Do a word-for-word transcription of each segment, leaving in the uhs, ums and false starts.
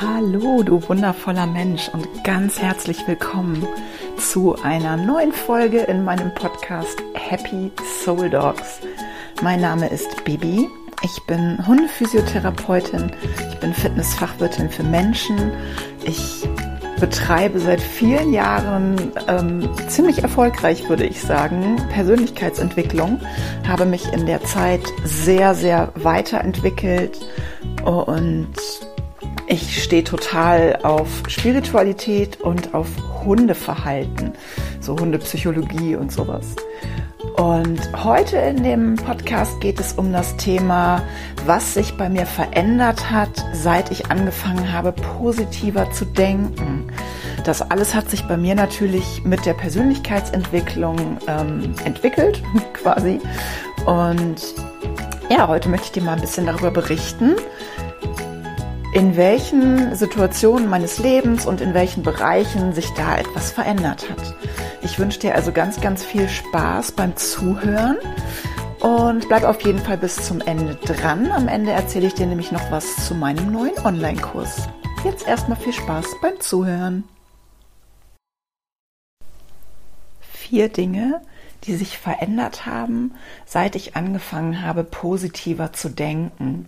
Hallo, du wundervoller Mensch und ganz herzlich willkommen zu einer neuen Folge in meinem Podcast Happy Soul Dogs. Mein Name ist Bibi, ich bin Hundephysiotherapeutin, ich bin Fitnessfachwirtin für Menschen, ich betreibe seit vielen Jahren ähm, ziemlich erfolgreich, würde ich sagen, Persönlichkeitsentwicklung, habe mich in der Zeit sehr, sehr weiterentwickelt und ich stehe total auf Spiritualität und auf Hundeverhalten, so Hundepsychologie und sowas. Und heute in dem Podcast geht es um das Thema, was sich bei mir verändert hat, seit ich angefangen habe, positiver zu denken. Das alles hat sich bei mir natürlich mit der Persönlichkeitsentwicklung ähm, entwickelt, quasi. Und ja, heute möchte ich dir mal ein bisschen darüber berichten, in welchen Situationen meines Lebens und in welchen Bereichen sich da etwas verändert hat. Ich wünsche dir also ganz, ganz viel Spaß beim Zuhören und bleib auf jeden Fall bis zum Ende dran. Am Ende erzähle ich dir nämlich noch was zu meinem neuen Online-Kurs. Jetzt erstmal viel Spaß beim Zuhören. Vier Dinge, die sich verändert haben, seit ich angefangen habe, positiver zu denken.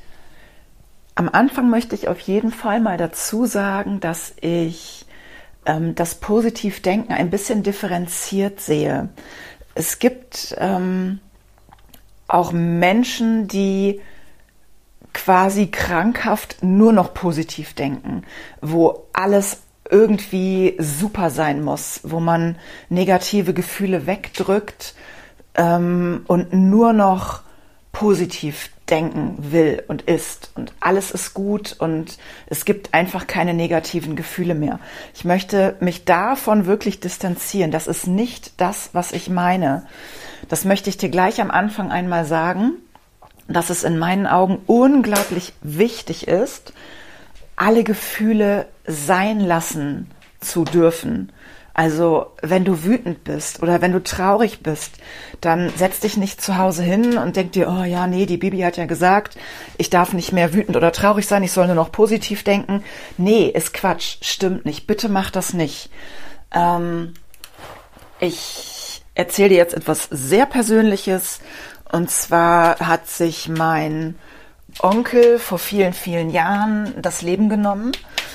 Am Anfang möchte ich auf jeden Fall mal dazu sagen, dass ich ähm, das Positivdenken ein bisschen differenziert sehe. Es gibt ähm, auch Menschen, die quasi krankhaft nur noch positiv denken, wo alles irgendwie super sein muss, wo man negative Gefühle wegdrückt ähm, und nur noch positiv denken will und ist und alles ist gut und es gibt einfach keine negativen Gefühle mehr. Ich möchte mich davon wirklich distanzieren. Das ist nicht das, was ich meine. Das möchte ich dir gleich am Anfang einmal sagen, dass es in meinen Augen unglaublich wichtig ist, alle Gefühle sein lassen zu dürfen. Also wenn du wütend bist oder wenn du traurig bist, dann setz dich nicht zu Hause hin und denk dir, oh ja, nee, die Bibi hat ja gesagt, ich darf nicht mehr wütend oder traurig sein, ich soll nur noch positiv denken. Nee, ist Quatsch, stimmt nicht. Bitte mach das nicht. Ähm, ich erzähle dir jetzt etwas sehr Persönliches. Und zwar hat sich mein Onkel vor vielen, vielen Jahren das Leben genommen.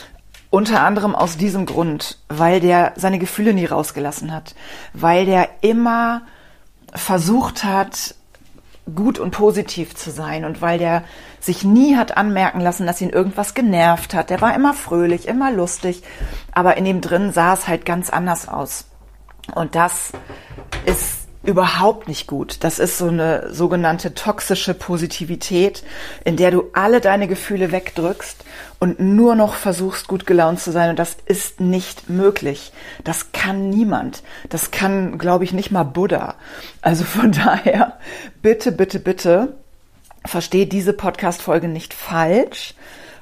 Unter anderem aus diesem Grund, weil der seine Gefühle nie rausgelassen hat, weil der immer versucht hat, gut und positiv zu sein und weil der sich nie hat anmerken lassen, dass ihn irgendwas genervt hat. Der war immer fröhlich, immer lustig, aber in ihm drin sah es halt ganz anders aus. Und das ist überhaupt nicht gut. Das ist so eine sogenannte toxische Positivität, in der du alle deine Gefühle wegdrückst und nur noch versuchst, gut gelaunt zu sein. Und das ist nicht möglich. Das kann niemand. Das kann, glaube ich, nicht mal Buddha. Also von daher, bitte, bitte, bitte, versteh diese Podcast-Folge nicht falsch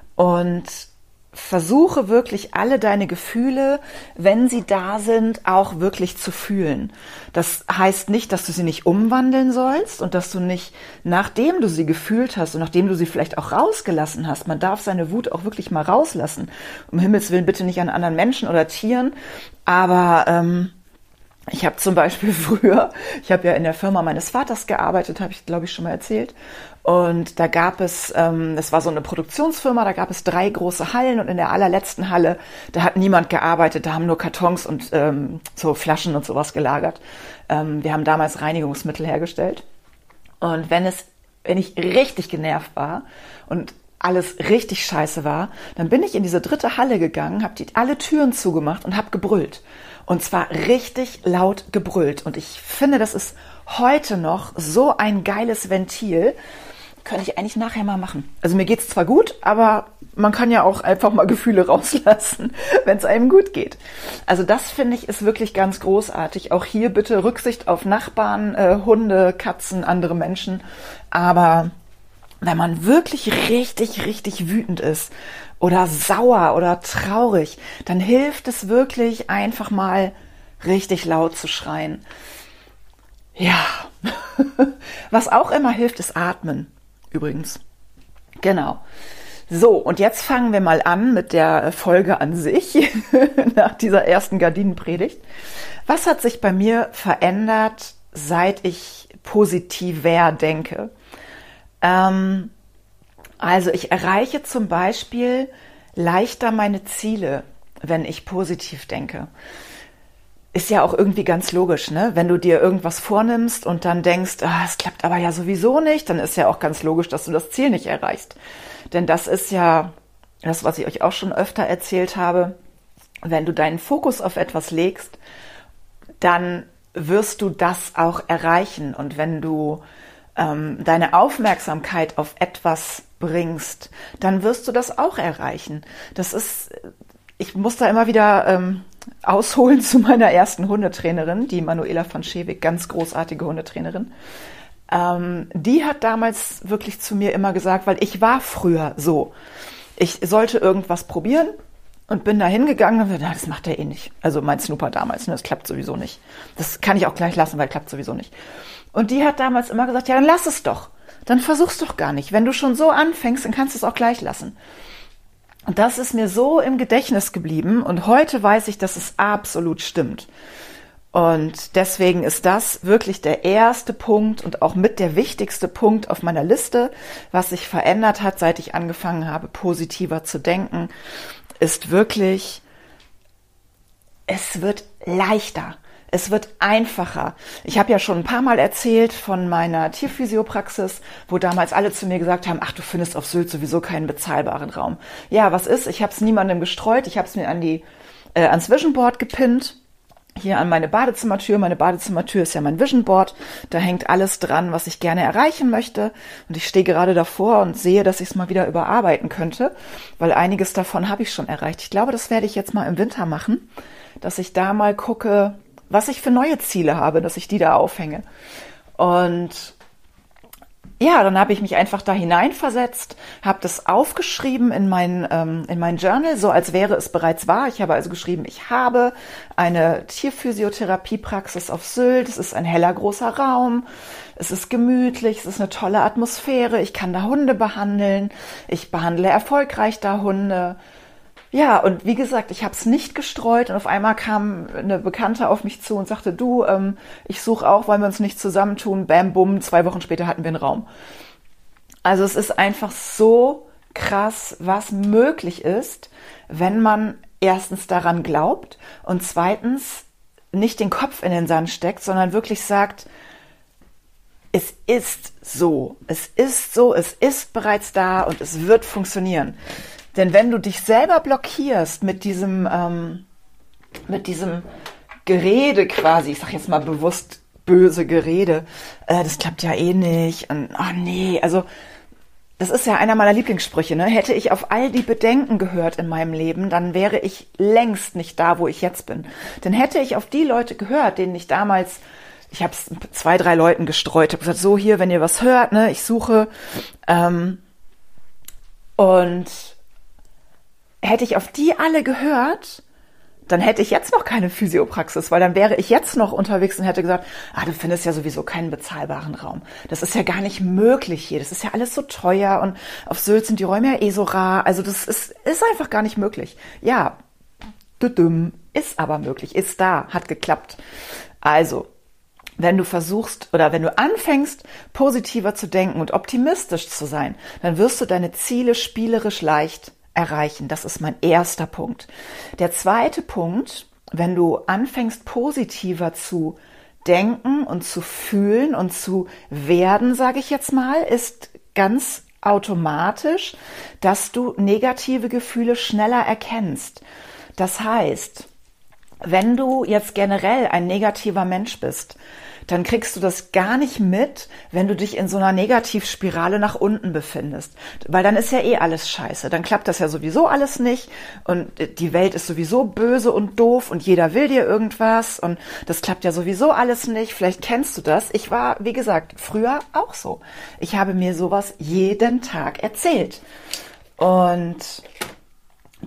und versuche wirklich alle deine Gefühle, wenn sie da sind, auch wirklich zu fühlen. Das heißt nicht, dass du sie nicht umwandeln sollst und dass du nicht, nachdem du sie gefühlt hast und nachdem du sie vielleicht auch rausgelassen hast, man darf seine Wut auch wirklich mal rauslassen. Um Himmels Willen bitte nicht an anderen Menschen oder Tieren, aber ähm, ich habe zum Beispiel früher, ich habe ja in der Firma meines Vaters gearbeitet, habe ich glaube ich schon mal erzählt. Und da gab es, ähm, das war so eine Produktionsfirma, da gab es drei große Hallen und in der allerletzten Halle, da hat niemand gearbeitet, da haben nur Kartons und ähm, so Flaschen und sowas gelagert. Ähm, wir haben damals Reinigungsmittel hergestellt. Und wenn es, wenn ich richtig genervt war und alles richtig scheiße war, dann bin ich in diese dritte Halle gegangen, habe die alle Türen zugemacht und habe gebrüllt. Und zwar richtig laut gebrüllt. Und ich finde, das ist heute noch so ein geiles Ventil. Könnte ich eigentlich nachher mal machen. Also mir geht's zwar gut, aber man kann ja auch einfach mal Gefühle rauslassen, wenn es einem gut geht. Also das finde ich ist wirklich ganz großartig. Auch hier bitte Rücksicht auf Nachbarn, äh, Hunde, Katzen, andere Menschen. Aber wenn man wirklich richtig, richtig wütend ist oder sauer oder traurig, dann hilft es wirklich einfach mal richtig laut zu schreien. Ja, was auch immer hilft, ist atmen, übrigens. Genau. So, und jetzt fangen wir mal an mit der Folge an sich, nach dieser ersten Gardinenpredigt. Was hat sich bei mir verändert, seit ich positiver denke? Ähm, also ich erreiche zum Beispiel leichter meine Ziele, wenn ich positiv denke. Ist ja auch irgendwie ganz logisch, ne? Wenn du dir irgendwas vornimmst und dann denkst, ah, es klappt aber ja sowieso nicht, dann ist ja auch ganz logisch, dass du das Ziel nicht erreichst. Denn das ist ja das, was ich euch auch schon öfter erzählt habe. Wenn du deinen Fokus auf etwas legst, dann wirst du das auch erreichen. Und wenn du ähm, deine Aufmerksamkeit auf etwas bringst, dann wirst du das auch erreichen. Das ist, ich muss da immer wieder ähm, ausholen zu meiner ersten Hundetrainerin, die Manuela von Schewig, ganz großartige Hundetrainerin. Ähm, die hat damals wirklich zu mir immer gesagt, weil ich war früher so. Ich sollte irgendwas probieren und bin da hingegangen und gesagt, das macht er eh nicht. Also mein Snooper damals, ne, das klappt sowieso nicht. Das kann ich auch gleich lassen, weil klappt sowieso nicht. Und die hat damals immer gesagt, ja, dann lass es doch. Dann versuch's doch gar nicht. Wenn du schon so anfängst, dann kannst du es auch gleich lassen. Und das ist mir so im Gedächtnis geblieben und heute weiß ich, dass es absolut stimmt. Und deswegen ist das wirklich der erste Punkt und auch mit der wichtigste Punkt auf meiner Liste, was sich verändert hat, seit ich angefangen habe, positiver zu denken, ist wirklich, es wird leichter. Es wird einfacher. Ich habe ja schon ein paar Mal erzählt von meiner Tierphysiopraxis, wo damals alle zu mir gesagt haben, ach, du findest auf Sylt sowieso keinen bezahlbaren Raum. Ja, was ist? Ich habe es niemandem gestreut. Ich habe es mir an die, äh, ans Vision Board gepinnt, hier an meine Badezimmertür. Meine Badezimmertür ist ja mein Vision Board. Da hängt alles dran, was ich gerne erreichen möchte. Und ich stehe gerade davor und sehe, dass ich es mal wieder überarbeiten könnte, weil einiges davon habe ich schon erreicht. Ich glaube, das werde ich jetzt mal im Winter machen, dass ich da mal gucke, was ich für neue Ziele habe, dass ich die da aufhänge. Und ja, dann habe ich mich einfach da hineinversetzt, habe das aufgeschrieben in mein, ähm, in mein Journal, so als wäre es bereits wahr. Ich habe also geschrieben, ich habe eine Tierphysiotherapiepraxis auf Sylt. Es ist ein heller, großer Raum. Es ist gemütlich. Es ist eine tolle Atmosphäre. Ich kann da Hunde behandeln. Ich behandle erfolgreich da Hunde. Ja, und wie gesagt, ich habe es nicht gestreut und auf einmal kam eine Bekannte auf mich zu und sagte, du, ähm, ich suche auch, wollen wir uns nicht zusammentun? Bam, bumm, zwei Wochen später hatten wir einen Raum. Also es ist einfach so krass, was möglich ist, wenn man erstens daran glaubt und zweitens nicht den Kopf in den Sand steckt, sondern wirklich sagt, es ist so, es ist so, es ist bereits da und es wird funktionieren. Denn wenn du dich selber blockierst mit diesem, ähm, mit diesem Gerede quasi, ich sag jetzt mal bewusst böse Gerede, äh, das klappt ja eh nicht und ach nee, also das ist ja einer meiner Lieblingssprüche, ne? Hätte ich auf all die Bedenken gehört in meinem Leben, dann wäre ich längst nicht da, wo ich jetzt bin. Denn hätte ich auf die Leute gehört, denen ich damals, ich habe es zwei, drei Leuten gestreut, habe gesagt, so hier, wenn ihr was hört, ne, ich suche ähm, und hätte ich auf die alle gehört, dann hätte ich jetzt noch keine Physiopraxis, weil dann wäre ich jetzt noch unterwegs und hätte gesagt, ah, du findest ja sowieso keinen bezahlbaren Raum. Das ist ja gar nicht möglich hier. Das ist ja alles so teuer und auf Sylt sind die Räume ja eh so rar. Also das ist, ist einfach gar nicht möglich. Ja, düdüm, ist aber möglich, ist da, hat geklappt. Also, wenn du versuchst oder wenn du anfängst, positiver zu denken und optimistisch zu sein, dann wirst du deine Ziele spielerisch leicht erreichen. Das ist mein erster Punkt. Der zweite Punkt, wenn du anfängst, positiver zu denken und zu fühlen und zu werden, sage ich jetzt mal, ist ganz automatisch, dass du negative Gefühle schneller erkennst. Das heißt, wenn du jetzt generell ein negativer Mensch bist, dann kriegst du das gar nicht mit, wenn du dich in so einer Negativspirale nach unten befindest. Weil dann ist ja eh alles scheiße. Dann klappt das ja sowieso alles nicht und die Welt ist sowieso böse und doof und jeder will dir irgendwas und das klappt ja sowieso alles nicht. Vielleicht kennst du das. Ich war, wie gesagt, früher auch so. Ich habe mir sowas jeden Tag erzählt. Und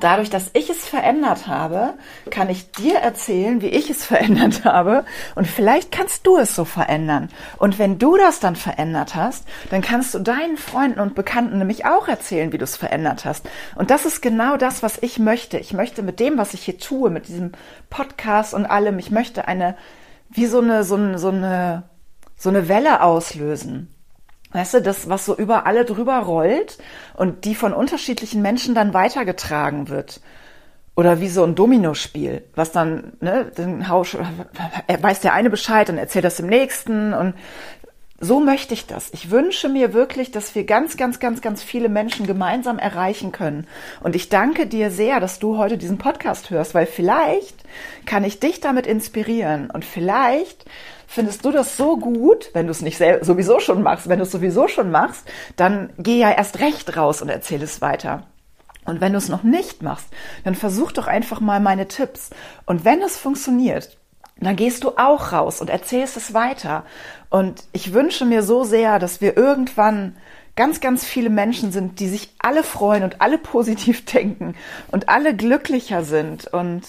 dadurch, dass ich es verändert habe, kann ich dir erzählen, wie ich es verändert habe. Und vielleicht kannst du es so verändern. Und wenn du das dann verändert hast, dann kannst du deinen Freunden und Bekannten nämlich auch erzählen, wie du es verändert hast. Und das ist genau das, was ich möchte. Ich möchte mit dem, was ich hier tue, mit diesem Podcast und allem, ich möchte eine, wie so eine, so eine, so eine, so eine Welle auslösen. Weißt du, das, was so über alle drüber rollt und die von unterschiedlichen Menschen dann weitergetragen wird. Oder wie so ein Dominospiel, was dann, ne, dann weiß der eine Bescheid und erzählt das dem Nächsten. Und so möchte ich das. Ich wünsche mir wirklich, dass wir ganz, ganz, ganz, ganz viele Menschen gemeinsam erreichen können. Und ich danke dir sehr, dass du heute diesen Podcast hörst, weil vielleicht kann ich dich damit inspirieren und vielleicht findest du das so gut, wenn du es nicht sel- sowieso schon machst, wenn du es sowieso schon machst, dann geh ja erst recht raus und erzähl es weiter. Und wenn du es noch nicht machst, dann versuch doch einfach mal meine Tipps. Und wenn es funktioniert, dann gehst du auch raus und erzählst es weiter. Und ich wünsche mir so sehr, dass wir irgendwann ganz, ganz viele Menschen sind, die sich alle freuen und alle positiv denken und alle glücklicher sind. Und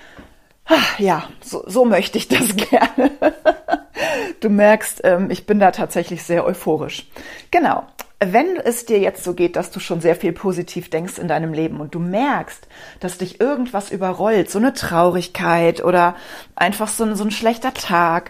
ja, so, so möchte ich das gerne. Du merkst, ich bin da tatsächlich sehr euphorisch. Genau. Wenn es dir jetzt so geht, dass du schon sehr viel positiv denkst in deinem Leben und du merkst, dass dich irgendwas überrollt, so eine Traurigkeit oder einfach so ein, so ein schlechter Tag,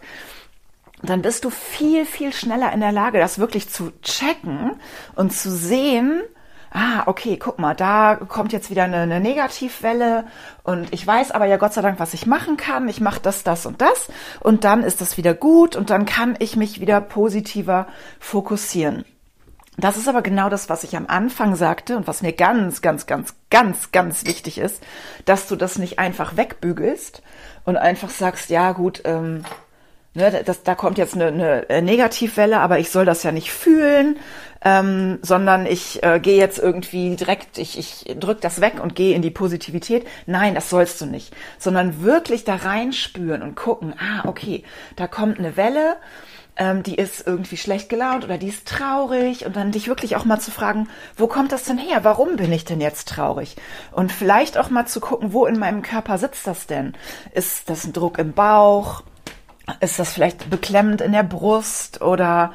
dann bist du viel, viel schneller in der Lage, das wirklich zu checken und zu sehen, ah, okay, guck mal, da kommt jetzt wieder eine, eine Negativwelle und ich weiß aber ja Gott sei Dank, was ich machen kann. Ich mache das, das und das und dann ist das wieder gut und dann kann ich mich wieder positiver fokussieren. Das ist aber genau das, was ich am Anfang sagte und was mir ganz, ganz, ganz, ganz, ganz wichtig ist, dass du das nicht einfach wegbügelst und einfach sagst, ja gut, ähm, ne, das, da kommt jetzt eine, eine Negativwelle, aber ich soll das ja nicht fühlen, ähm, sondern ich äh, gehe jetzt irgendwie direkt, ich, ich drück das weg und gehe in die Positivität. Nein, das sollst du nicht, sondern wirklich da reinspüren und gucken, ah, okay, da kommt eine Welle, ähm, die ist irgendwie schlecht gelaunt oder die ist traurig und dann dich wirklich auch mal zu fragen, wo kommt das denn her? Warum bin ich denn jetzt traurig? Und vielleicht auch mal zu gucken, wo in meinem Körper sitzt das denn? Ist das ein Druck im Bauch? Ist das vielleicht beklemmend in der Brust oder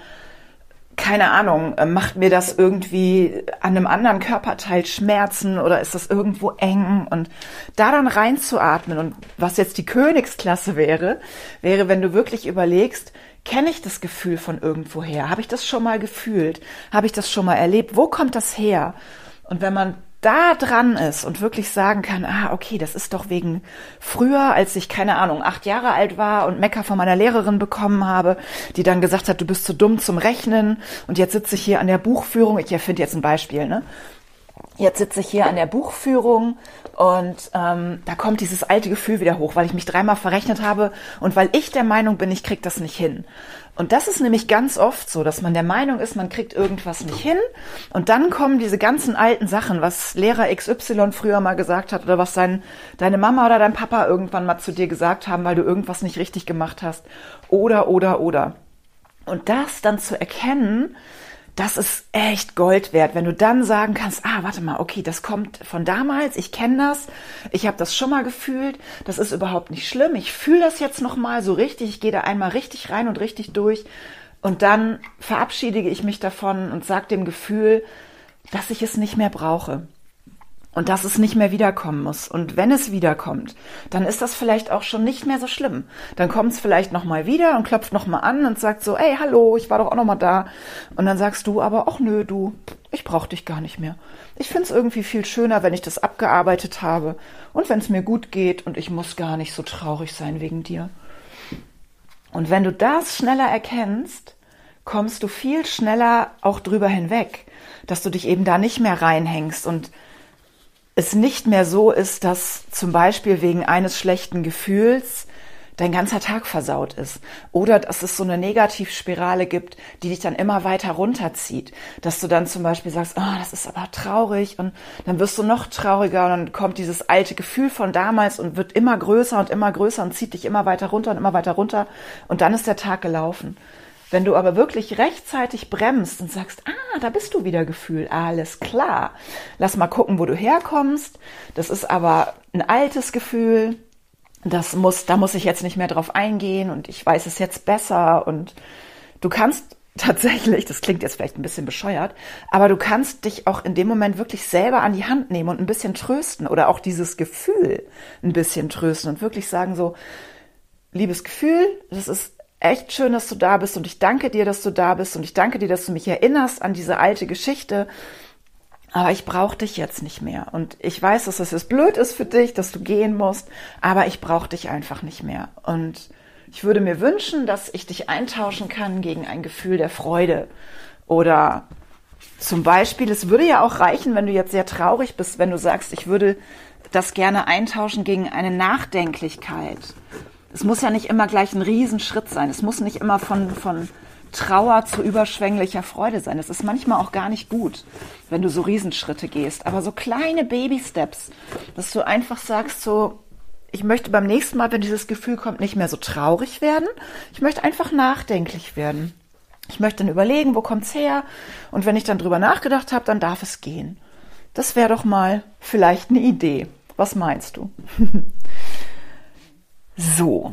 keine Ahnung, macht mir das irgendwie an einem anderen Körperteil Schmerzen oder ist das irgendwo eng? Und da dann reinzuatmen und was jetzt die Königsklasse wäre, wäre, wenn du wirklich überlegst, kenne ich das Gefühl von irgendwoher? Habe ich das schon mal gefühlt? Habe ich das schon mal erlebt? Wo kommt das her? Und wenn man da dran ist und wirklich sagen kann, ah, okay, das ist doch wegen früher, als ich, keine Ahnung, acht Jahre alt war und Mecker von meiner Lehrerin bekommen habe, die dann gesagt hat, du bist zu dumm zum Rechnen und jetzt sitze ich hier an der Buchführung, ich erfinde jetzt ein Beispiel, ne? Jetzt sitze ich hier an der Buchführung und ähm, da kommt dieses alte Gefühl wieder hoch, weil ich mich dreimal verrechnet habe und weil ich der Meinung bin, ich krieg das nicht hin. Und das ist nämlich ganz oft so, dass man der Meinung ist, man kriegt irgendwas nicht hin und dann kommen diese ganzen alten Sachen, was Lehrer X Y früher mal gesagt hat oder was sein, deine Mama oder dein Papa irgendwann mal zu dir gesagt haben, weil du irgendwas nicht richtig gemacht hast oder, oder, oder. Und das dann zu erkennen, das ist echt Gold wert, wenn du dann sagen kannst, ah, warte mal, okay, das kommt von damals, ich kenne das, ich habe das schon mal gefühlt, das ist überhaupt nicht schlimm, ich fühle das jetzt nochmal so richtig, ich gehe da einmal richtig rein und richtig durch und dann verabschiede ich mich davon und sage dem Gefühl, dass ich es nicht mehr brauche. Und dass es nicht mehr wiederkommen muss. Und wenn es wiederkommt, dann ist das vielleicht auch schon nicht mehr so schlimm. Dann kommt es vielleicht nochmal wieder und klopft nochmal an und sagt so, ey, hallo, ich war doch auch nochmal da. Und dann sagst du aber, ach nö, du, ich brauche dich gar nicht mehr. Ich finde es irgendwie viel schöner, wenn ich das abgearbeitet habe und wenn es mir gut geht und ich muss gar nicht so traurig sein wegen dir. Und wenn du das schneller erkennst, kommst du viel schneller auch drüber hinweg, dass du dich eben da nicht mehr reinhängst und es nicht mehr so ist, dass zum Beispiel wegen eines schlechten Gefühls dein ganzer Tag versaut ist. Oder dass es so eine Negativspirale gibt, die dich dann immer weiter runterzieht. Dass du dann zum Beispiel sagst, oh, das ist aber traurig und dann wirst du noch trauriger und dann kommt dieses alte Gefühl von damals und wird immer größer und immer größer und zieht dich immer weiter runter und immer weiter runter und dann ist der Tag gelaufen. Wenn du aber wirklich rechtzeitig bremst und sagst, ah, da bist du wieder Gefühl, alles klar. Lass mal gucken, wo du herkommst. Das ist aber ein altes Gefühl. Das muss, da muss ich jetzt nicht mehr drauf eingehen und ich weiß es jetzt besser. Und du kannst tatsächlich, das klingt jetzt vielleicht ein bisschen bescheuert, aber du kannst dich auch in dem Moment wirklich selber an die Hand nehmen und ein bisschen trösten oder auch dieses Gefühl ein bisschen trösten und wirklich sagen so, liebes Gefühl, das ist echt schön, dass du da bist und ich danke dir, dass du da bist und ich danke dir, dass du mich erinnerst an diese alte Geschichte, aber ich brauche dich jetzt nicht mehr und ich weiß, dass es jetzt blöd ist für dich, dass du gehen musst, aber ich brauche dich einfach nicht mehr und ich würde mir wünschen, dass ich dich eintauschen kann gegen ein Gefühl der Freude oder zum Beispiel, es würde ja auch reichen, wenn du jetzt sehr traurig bist, wenn du sagst, ich würde das gerne eintauschen gegen eine Nachdenklichkeit. Es muss ja nicht immer gleich ein Riesenschritt sein. Es muss nicht immer von, von Trauer zu überschwänglicher Freude sein. Es ist manchmal auch gar nicht gut, wenn du so Riesenschritte gehst. Aber so kleine Baby-Steps, dass du einfach sagst so, ich möchte beim nächsten Mal, wenn dieses Gefühl kommt, nicht mehr so traurig werden. Ich möchte einfach nachdenklich werden. Ich möchte dann überlegen, wo kommt's her? Und wenn ich dann drüber nachgedacht habe, dann darf es gehen. Das wäre doch mal vielleicht eine Idee. Was meinst du? So,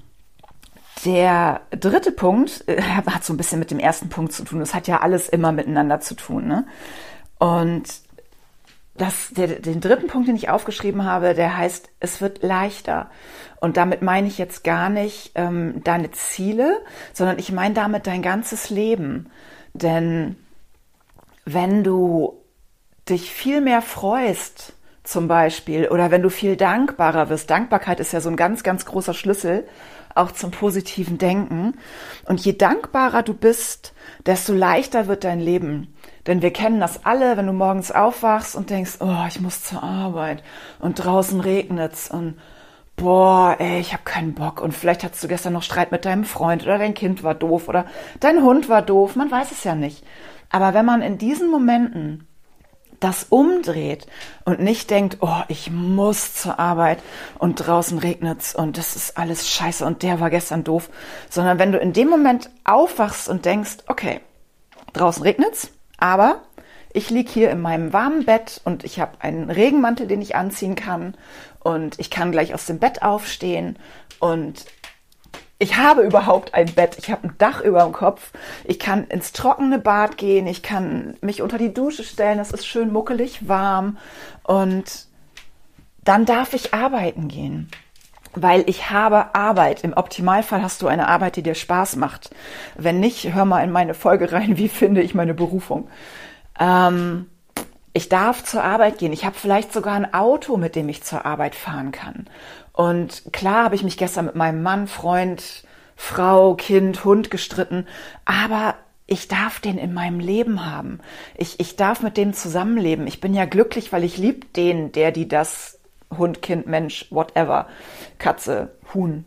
der dritte Punkt äh, hat so ein bisschen mit dem ersten Punkt zu tun. Es hat ja alles immer miteinander zu tun, ne? Und das, der, den dritten Punkt, den ich aufgeschrieben habe, der heißt, es wird leichter. Und damit meine ich jetzt gar nicht ähm, deine Ziele, sondern ich meine damit dein ganzes Leben. Denn wenn du dich viel mehr freust, zum Beispiel, oder wenn du viel dankbarer wirst. Dankbarkeit ist ja so ein ganz, ganz großer Schlüssel, auch zum positiven Denken. Und je dankbarer du bist, desto leichter wird dein Leben. Denn wir kennen das alle, wenn du morgens aufwachst und denkst, oh, ich muss zur Arbeit und draußen regnet's und boah, ey, ich habe keinen Bock. Und vielleicht hattest du gestern noch Streit mit deinem Freund oder dein Kind war doof oder dein Hund war doof, man weiß es ja nicht. Aber wenn man in diesen Momenten das umdreht und nicht denkt, oh, ich muss zur Arbeit und draußen regnet's und das ist alles scheiße und der war gestern doof, sondern wenn du in dem Moment aufwachst und denkst, okay, draußen regnet's, aber ich lieg hier in meinem warmen Bett und ich habe einen Regenmantel, den ich anziehen kann und ich kann gleich aus dem Bett aufstehen und ich habe überhaupt ein Bett, ich habe ein Dach über dem Kopf, ich kann ins trockene Bad gehen, ich kann mich unter die Dusche stellen, es ist schön muckelig warm und dann darf ich arbeiten gehen, weil ich habe Arbeit. Im Optimalfall hast du eine Arbeit, die dir Spaß macht. Wenn nicht, hör mal in meine Folge rein, wie finde ich meine Berufung. Ähm, ich darf zur Arbeit gehen, ich habe vielleicht sogar ein Auto, mit dem ich zur Arbeit fahren kann. Und klar habe ich mich gestern mit meinem Mann, Freund, Frau, Kind, Hund gestritten, aber ich darf den in meinem Leben haben. Ich, ich darf mit dem zusammenleben. Ich bin ja glücklich, weil ich liebe den, der, die das, Hund, Kind, Mensch, whatever, Katze, Huhn,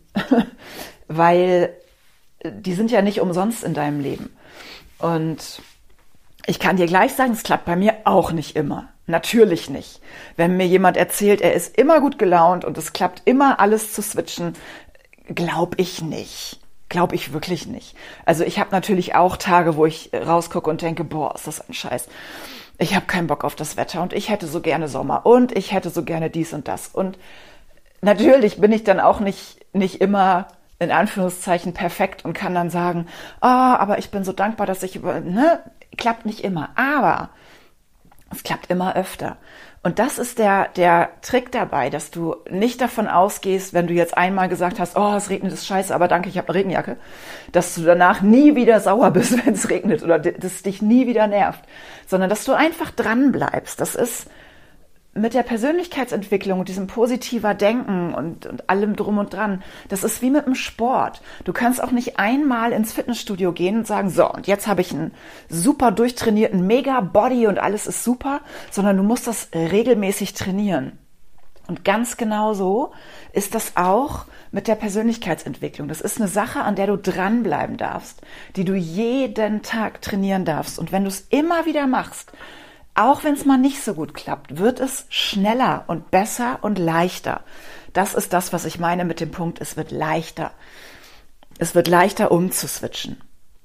weil die sind ja nicht umsonst in deinem Leben. Und ich kann dir gleich sagen, es klappt bei mir auch nicht immer. Natürlich nicht. Wenn mir jemand erzählt, er ist immer gut gelaunt und es klappt immer alles zu switchen, glaube ich nicht. Glaube ich wirklich nicht. Also ich habe natürlich auch Tage, wo ich rausgucke und denke, boah, ist das ein Scheiß. Ich habe keinen Bock auf das Wetter und ich hätte so gerne Sommer und ich hätte so gerne dies und das. Und natürlich bin ich dann auch nicht, nicht immer in Anführungszeichen perfekt und kann dann sagen, ah, oh, aber ich bin so dankbar, dass ich über, ne, klappt nicht immer. Aber es klappt immer öfter. Und das ist der, der Trick dabei, dass du nicht davon ausgehst, wenn du jetzt einmal gesagt hast, oh, es regnet, ist scheiße, aber danke, ich habe eine Regenjacke, dass du danach nie wieder sauer bist, wenn es regnet oder das dich nie wieder nervt, sondern dass du einfach dran bleibst. Das ist mit der Persönlichkeitsentwicklung und diesem positiver Denken und, und allem drum und dran, das ist wie mit dem Sport. Du kannst auch nicht einmal ins Fitnessstudio gehen und sagen, so, und jetzt habe ich einen super durchtrainierten Mega-Body und alles ist super, sondern du musst das regelmäßig trainieren. Und ganz genau so ist das auch mit der Persönlichkeitsentwicklung. Das ist eine Sache, an der du dranbleiben darfst, die du jeden Tag trainieren darfst. Und wenn du es immer wieder machst, auch wenn es mal nicht so gut klappt, wird es schneller und besser und leichter. Das ist das, was ich meine mit dem Punkt, es wird leichter. Es wird leichter umzuswitchen.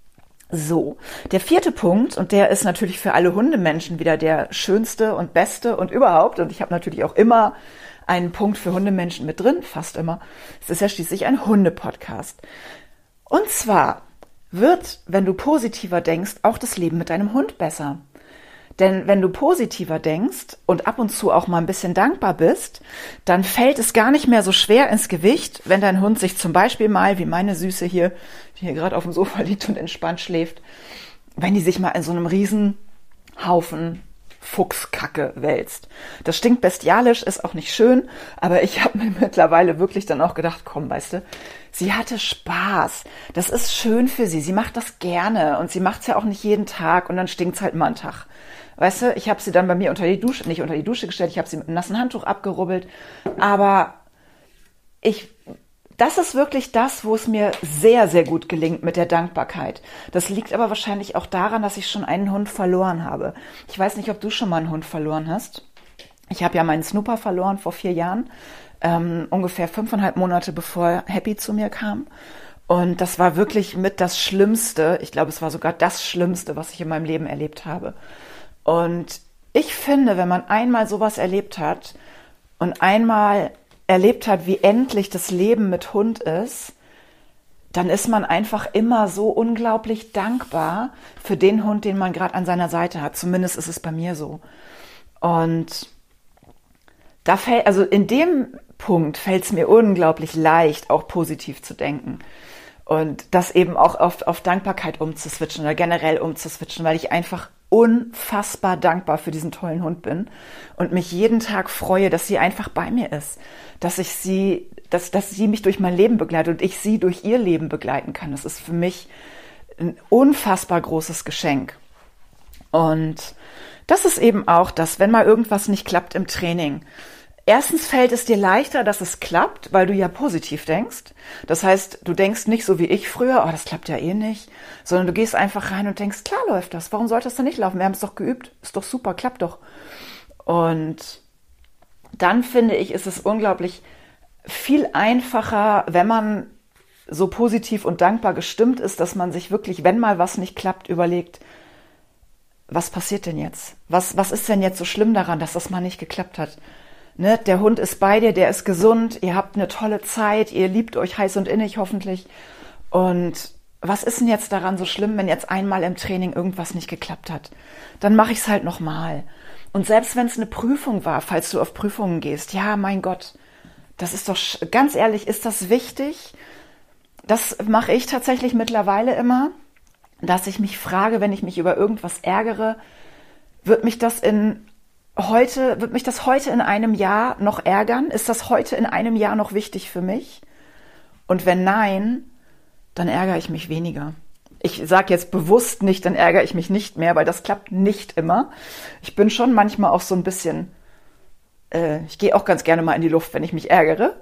So, der vierte Punkt, und der ist natürlich für alle Hundemenschen wieder der schönste und beste und überhaupt, und ich habe natürlich auch immer einen Punkt für Hundemenschen mit drin, fast immer. Es ist ja schließlich ein Hunde-Podcast. Und zwar wird, wenn du positiver denkst, auch das Leben mit deinem Hund besser. Denn wenn du positiver denkst und ab und zu auch mal ein bisschen dankbar bist, dann fällt es gar nicht mehr so schwer ins Gewicht, wenn dein Hund sich zum Beispiel mal, wie meine Süße hier, die hier gerade auf dem Sofa liegt und entspannt schläft, wenn die sich mal in so einem riesen Haufen Fuchskacke wälzt. Das stinkt bestialisch, ist auch nicht schön, aber ich habe mir mittlerweile wirklich dann auch gedacht, komm, weißt du, sie hatte Spaß. Das ist schön für sie. Sie macht das gerne und sie macht es ja auch nicht jeden Tag und dann stinkt's halt mal einen Tag. Weißt du, ich habe sie dann bei mir unter die Dusche, nicht unter die Dusche gestellt, ich habe sie mit einem nassen Handtuch abgerubbelt, aber ich, das ist wirklich das, wo es mir sehr, sehr gut gelingt mit der Dankbarkeit. Das liegt aber wahrscheinlich auch daran, dass ich schon einen Hund verloren habe. Ich weiß nicht, ob du schon mal einen Hund verloren hast. Ich habe ja meinen Snooper verloren vor vier Jahren, ähm, ungefähr fünfeinhalb Monate bevor Happy zu mir kam. Und das war wirklich mit das Schlimmste, ich glaube, es war sogar das Schlimmste, was ich in meinem Leben erlebt habe. Und ich finde, wenn man einmal sowas erlebt hat und einmal erlebt hat, wie endlich das Leben mit Hund ist, dann ist man einfach immer so unglaublich dankbar für den Hund, den man gerade an seiner Seite hat. Zumindest ist es bei mir so. Und da fällt, also in dem Punkt fällt es mir unglaublich leicht, auch positiv zu denken. Und das eben auch auf, auf Dankbarkeit umzuswitchen oder generell umzuswitchen, weil ich einfach unfassbar dankbar für diesen tollen Hund bin und mich jeden Tag freue, dass sie einfach bei mir ist, dass ich sie, dass, dass sie mich durch mein Leben begleitet und ich sie durch ihr Leben begleiten kann. Das ist für mich ein unfassbar großes Geschenk. Und das ist eben auch das, wenn mal irgendwas nicht klappt im Training. Erstens fällt es dir leichter, dass es klappt, weil du ja positiv denkst. Das heißt, du denkst nicht so wie ich früher, oh, das klappt ja eh nicht, sondern du gehst einfach rein und denkst, klar läuft das. Warum sollte es denn nicht laufen? Wir haben es doch geübt. Ist doch super, klappt doch. Und dann finde ich, ist es unglaublich viel einfacher, wenn man so positiv und dankbar gestimmt ist, dass man sich wirklich, wenn mal was nicht klappt, überlegt, was passiert denn jetzt? Was, was ist denn jetzt so schlimm daran, dass das mal nicht geklappt hat? Ne, der Hund ist bei dir, der ist gesund, ihr habt eine tolle Zeit, ihr liebt euch heiß und innig hoffentlich. Und was ist denn jetzt daran so schlimm, wenn jetzt einmal im Training irgendwas nicht geklappt hat? Dann mache ich es halt nochmal. Und selbst wenn es eine Prüfung war, falls du auf Prüfungen gehst, ja, mein Gott, das ist doch, ganz ehrlich, ist das wichtig? Das mache ich tatsächlich mittlerweile immer, dass ich mich frage, wenn ich mich über irgendwas ärgere, wird mich das in Heute, wird mich das heute in einem Jahr noch ärgern? Ist das heute in einem Jahr noch wichtig für mich? Und wenn nein, dann ärgere ich mich weniger. Ich sage jetzt bewusst nicht, dann ärgere ich mich nicht mehr, weil das klappt nicht immer. Ich bin schon manchmal auch so ein bisschen, äh, ich gehe auch ganz gerne mal in die Luft, wenn ich mich ärgere.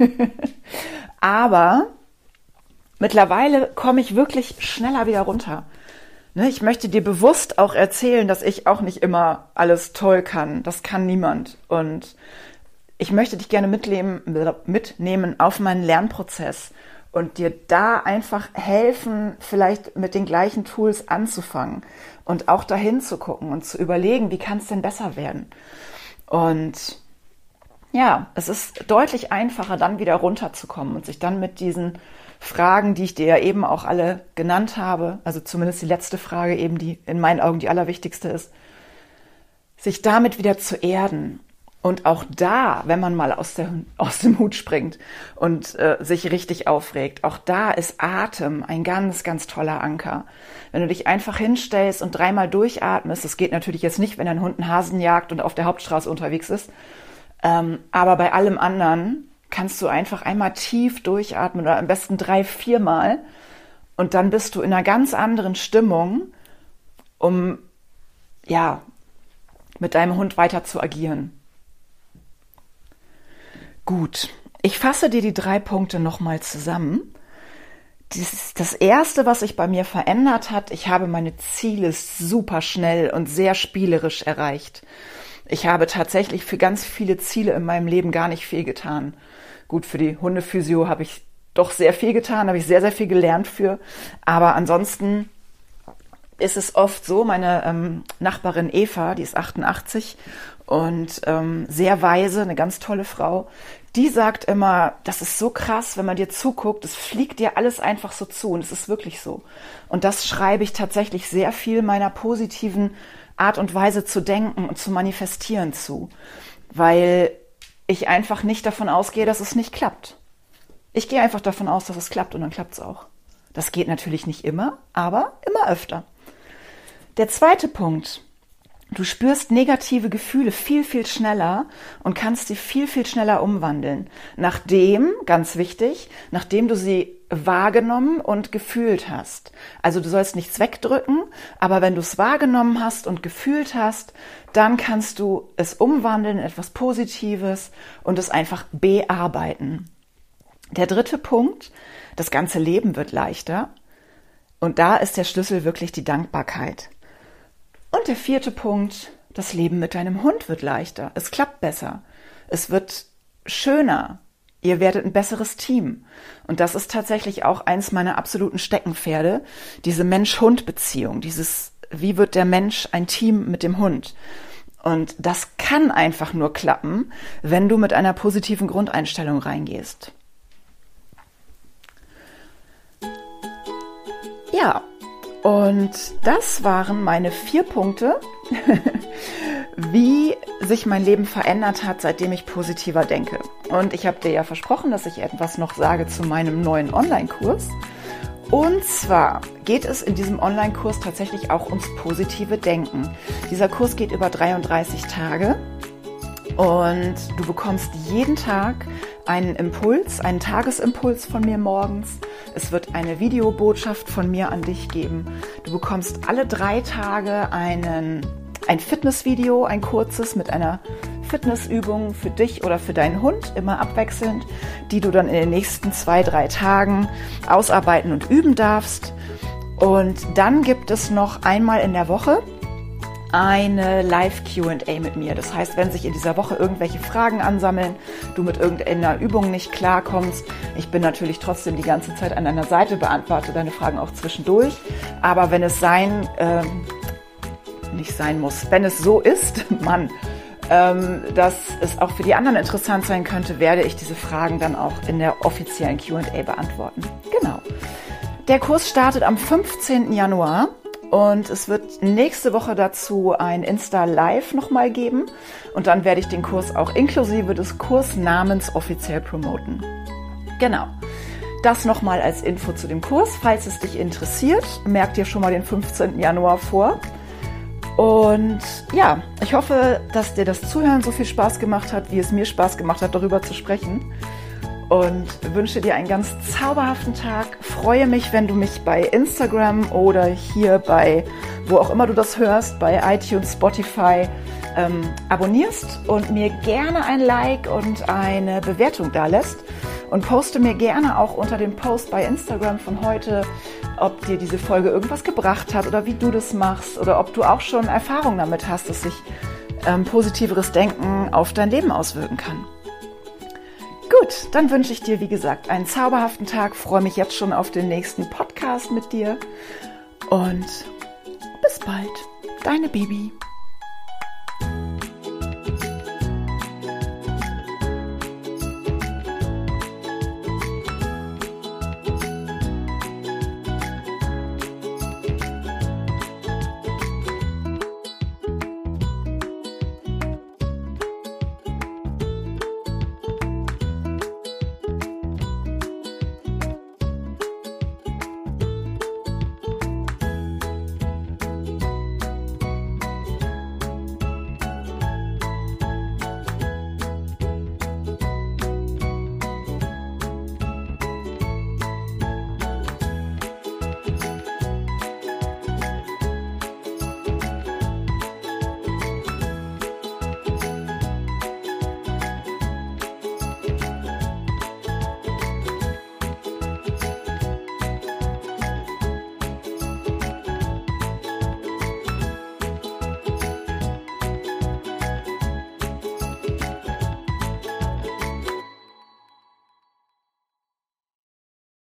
Aber mittlerweile komme ich wirklich schneller wieder runter. Ich möchte dir bewusst auch erzählen, dass ich auch nicht immer alles toll kann. Das kann niemand. Und ich möchte dich gerne mitnehmen, mitnehmen auf meinen Lernprozess und dir da einfach helfen, vielleicht mit den gleichen Tools anzufangen und auch dahin zu gucken und zu überlegen, wie kann es denn besser werden. Und ja, es ist deutlich einfacher, dann wieder runterzukommen und sich dann mit diesen Fragen, die ich dir ja eben auch alle genannt habe, also zumindest die letzte Frage eben, die in meinen Augen die allerwichtigste ist, sich damit wieder zu erden. Und auch da, wenn man mal aus, der, aus dem Hut springt und äh, sich richtig aufregt, auch da ist Atem ein ganz, ganz toller Anker. Wenn du dich einfach hinstellst und dreimal durchatmest, das geht natürlich jetzt nicht, wenn dein Hund einen Hasen jagt und auf der Hauptstraße unterwegs ist, ähm, aber bei allem anderen kannst du einfach einmal tief durchatmen oder am besten drei, viermal und dann bist du in einer ganz anderen Stimmung, um ja mit deinem Hund weiter zu agieren. Gut, ich fasse dir die drei Punkte nochmal zusammen. Das, das erste, was sich bei mir verändert hat, ich habe meine Ziele super schnell und sehr spielerisch erreicht. Ich habe tatsächlich für ganz viele Ziele in meinem Leben gar nicht viel getan. Gut, für die Hundephysio habe ich doch sehr viel getan, habe ich sehr, sehr viel gelernt für. Aber ansonsten ist es oft so, meine ähm, Nachbarin Eva, die ist achtundachtzig und ähm, sehr weise, eine ganz tolle Frau, die sagt immer, das ist so krass, wenn man dir zuguckt, es fliegt dir alles einfach so zu und es ist wirklich so. Und das schreibe ich tatsächlich sehr viel meiner positiven Art und Weise zu denken und zu manifestieren zu, weil ich einfach nicht davon ausgehe, dass es nicht klappt. Ich gehe einfach davon aus, dass es klappt und dann klappt es auch. Das geht natürlich nicht immer, aber immer öfter. Der zweite Punkt. Du spürst negative Gefühle viel, viel schneller und kannst sie viel, viel schneller umwandeln. Nachdem, ganz wichtig, nachdem du sie wahrgenommen und gefühlt hast. Also du sollst nichts wegdrücken, aber wenn du es wahrgenommen hast und gefühlt hast, dann kannst du es umwandeln in etwas Positives und es einfach bearbeiten. Der dritte Punkt, das ganze Leben wird leichter und da ist der Schlüssel wirklich die Dankbarkeit. Und der vierte Punkt, das Leben mit deinem Hund wird leichter. Es klappt besser. Es wird schöner. Ihr werdet ein besseres Team. Und das ist tatsächlich auch eins meiner absoluten Steckenpferde, diese Mensch-Hund-Beziehung, dieses, wie wird der Mensch ein Team mit dem Hund? Und das kann einfach nur klappen, wenn du mit einer positiven Grundeinstellung reingehst. Ja. Und das waren meine vier Punkte, wie sich mein Leben verändert hat, seitdem ich positiver denke. Und ich habe dir ja versprochen, dass ich etwas noch sage zu meinem neuen Online-Kurs. Und zwar geht es in diesem Online-Kurs tatsächlich auch ums positive Denken. Dieser Kurs geht über dreiunddreißig Tage und du bekommst jeden Tag einen Impuls, einen Tagesimpuls von mir morgens. Es wird eine Videobotschaft von mir an dich geben. Du bekommst alle drei Tage einen, ein Fitnessvideo, ein kurzes mit einer Fitnessübung für dich oder für deinen Hund, immer abwechselnd, die du dann in den nächsten zwei, drei Tagen ausarbeiten und üben darfst. Und dann gibt es noch einmal in der Woche eine Live-Q und A mit mir. Das heißt, wenn sich in dieser Woche irgendwelche Fragen ansammeln, du mit irgendeiner Übung nicht klarkommst, ich bin natürlich trotzdem die ganze Zeit an deiner Seite, beantworte deine Fragen auch zwischendurch. Aber wenn es sein, ähm, nicht sein muss, wenn es so ist, Mann, ähm, dass es auch für die anderen interessant sein könnte, werde ich diese Fragen dann auch in der offiziellen Q und A beantworten. Genau. Der Kurs startet am fünfzehnten Januar. Und es wird nächste Woche dazu ein Insta-Live nochmal geben. Und dann werde ich den Kurs auch inklusive des Kursnamens offiziell promoten. Genau. Das nochmal als Info zu dem Kurs. Falls es dich interessiert, merk dir schon mal den fünfzehnten Januar vor. Und ja, ich hoffe, dass dir das Zuhören so viel Spaß gemacht hat, wie es mir Spaß gemacht hat, darüber zu sprechen. Und wünsche dir einen ganz zauberhaften Tag. Freue mich, wenn du mich bei Instagram oder hier bei, wo auch immer du das hörst, bei iTunes, Spotify ähm, abonnierst und mir gerne ein Like und eine Bewertung da lässt. Und poste mir gerne auch unter dem Post bei Instagram von heute, ob dir diese Folge irgendwas gebracht hat oder wie du das machst oder ob du auch schon Erfahrung damit hast, dass sich ähm, positiveres Denken auf dein Leben auswirken kann. Gut, dann wünsche ich dir, wie gesagt, einen zauberhaften Tag. Freue mich jetzt schon auf den nächsten Podcast mit dir. Und bis bald, deine Bibi.